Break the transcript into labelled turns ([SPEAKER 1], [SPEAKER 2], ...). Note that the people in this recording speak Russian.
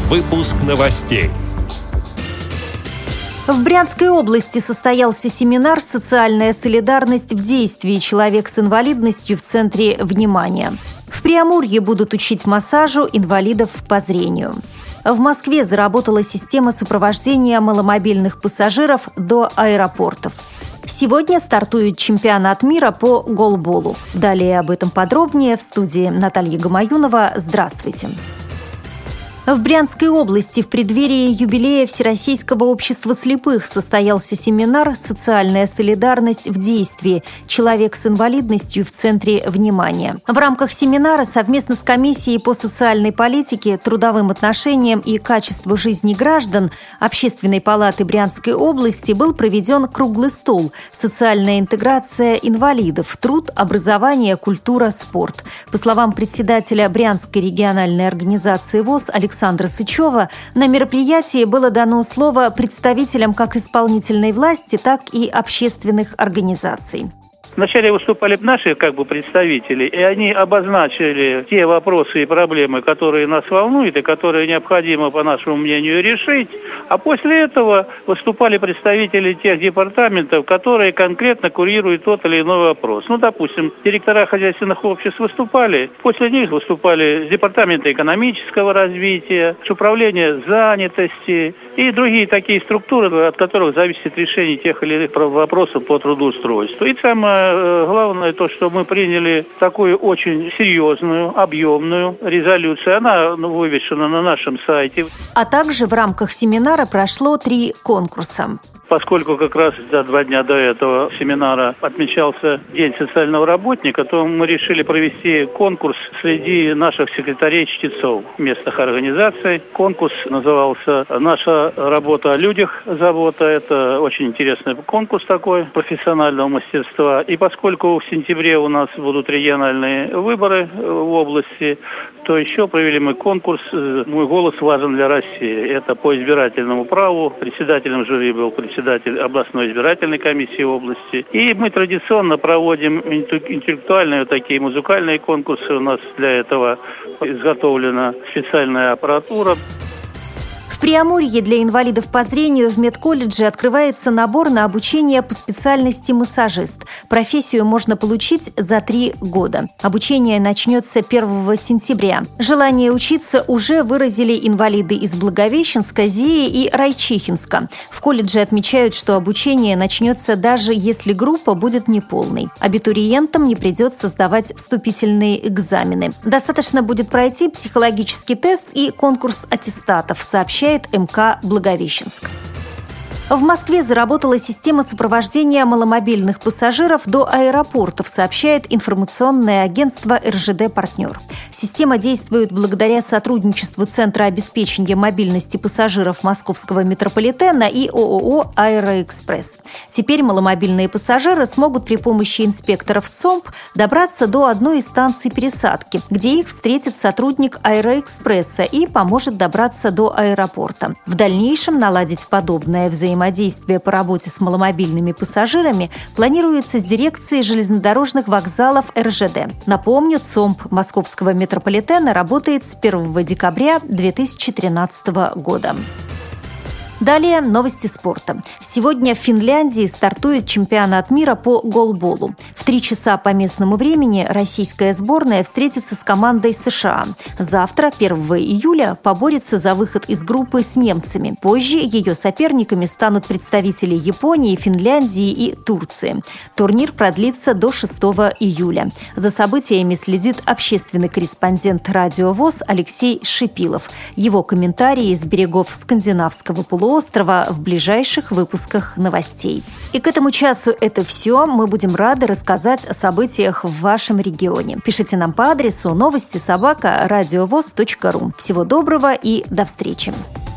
[SPEAKER 1] Выпуск новостей.
[SPEAKER 2] В Брянской области состоялся семинар «Социальная солидарность в действии. Человек с инвалидностью в центре внимания». В Преамурье будут учить массажу инвалидов по зрению. В Москве заработала система сопровождения маломобильных пассажиров до аэропортов. Сегодня стартует чемпионат мира по голболу. Далее об этом подробнее в студии Наталья Гамаюнова. Здравствуйте. В Брянской области в преддверии юбилея Всероссийского общества слепых состоялся семинар «Социальная солидарность в действии. Человек с инвалидностью в центре внимания». В рамках семинара совместно с Комиссией по социальной политике, трудовым отношениям и качеству жизни граждан Общественной палаты Брянской области был проведен круглый стол «Социальная интеграция инвалидов. Труд, образование, культура, спорт». По словам председателя Брянской региональной организации ВОС Александра Сычева, на мероприятии было дано слово представителям как исполнительной власти, так и общественных организаций.
[SPEAKER 3] Вначале выступали наши представители, и они обозначили те вопросы и проблемы, которые нас волнуют и которые необходимо, по нашему мнению, решить. А после этого выступали представители тех департаментов, которые конкретно курируют тот или иной вопрос. Допустим, директора хозяйственных обществ выступали, после них выступали с департамента экономического развития, с управления занятости и другие такие структуры, от которых зависит решение тех или иных вопросов по трудоустройству. И самое главное то, что мы приняли такую очень серьезную, объемную резолюцию. Она вывешена на нашем сайте.
[SPEAKER 2] А также в рамках семинара прошло 3 конкурса.
[SPEAKER 3] Поскольку как раз за 2 дня до этого семинара отмечался День социального работника, то мы решили провести конкурс среди наших секретарей-чтецов местных организаций. Конкурс назывался «Наша работа о людях. Забота». Это очень интересный конкурс такой, профессионального мастерства. И поскольку в сентябре у нас будут региональные выборы в области, то еще провели мы конкурс «Мой голос важен для России». Это по избирательному праву. Председателем жюри был председатель областной избирательной комиссии области. И мы традиционно проводим интеллектуальные такие музыкальные конкурсы. У нас для этого изготовлена специальная аппаратура.
[SPEAKER 2] В Преамурье для инвалидов по зрению в медколледже открывается набор на обучение по специальности массажист. Профессию можно получить за 3 года. Обучение начнется 1 сентября. Желание учиться уже выразили инвалиды из Благовещенска, Зии и Райчихинска. В колледже отмечают, что обучение начнется даже если группа будет неполной. Абитуриентам не придется сдавать вступительные экзамены. Достаточно будет пройти психологический тест и конкурс аттестатов, сообщает МК Благовещенск. В Москве заработала система сопровождения маломобильных пассажиров до аэропортов, сообщает информационное агентство РЖД «Партнер». Система действует благодаря сотрудничеству Центра обеспечения мобильности пассажиров Московского метрополитена и ООО «Аэроэкспресс». Теперь маломобильные пассажиры смогут при помощи инспекторов ЦОМП добраться до одной из станций пересадки, где их встретит сотрудник «Аэроэкспресса» и поможет добраться до аэропорта. В дальнейшем наладить подобное взаимодействие по работе с маломобильными пассажирами планируется с дирекцией железнодорожных вокзалов РЖД. Напомню, ЦОМП Московского метрополитена работает с 1 декабря 2013 года. Далее новости спорта. Сегодня в Финляндии стартует чемпионат мира по голболу. В 3 часа по местному времени российская сборная встретится с командой США. Завтра, 1 июля, поборется за выход из группы с немцами. Позже ее соперниками станут представители Японии, Финляндии и Турции. Турнир продлится до 6 июля. За событиями следит общественный корреспондент Радио ВОС Алексей Шипилов. Его комментарии с берегов скандинавского полуострова в ближайших выпусках новостей. И к этому часу это все. Мы будем рады рассказать о событиях в вашем регионе. Пишите нам по адресу новости@радиовос.ру. Всего доброго и до встречи.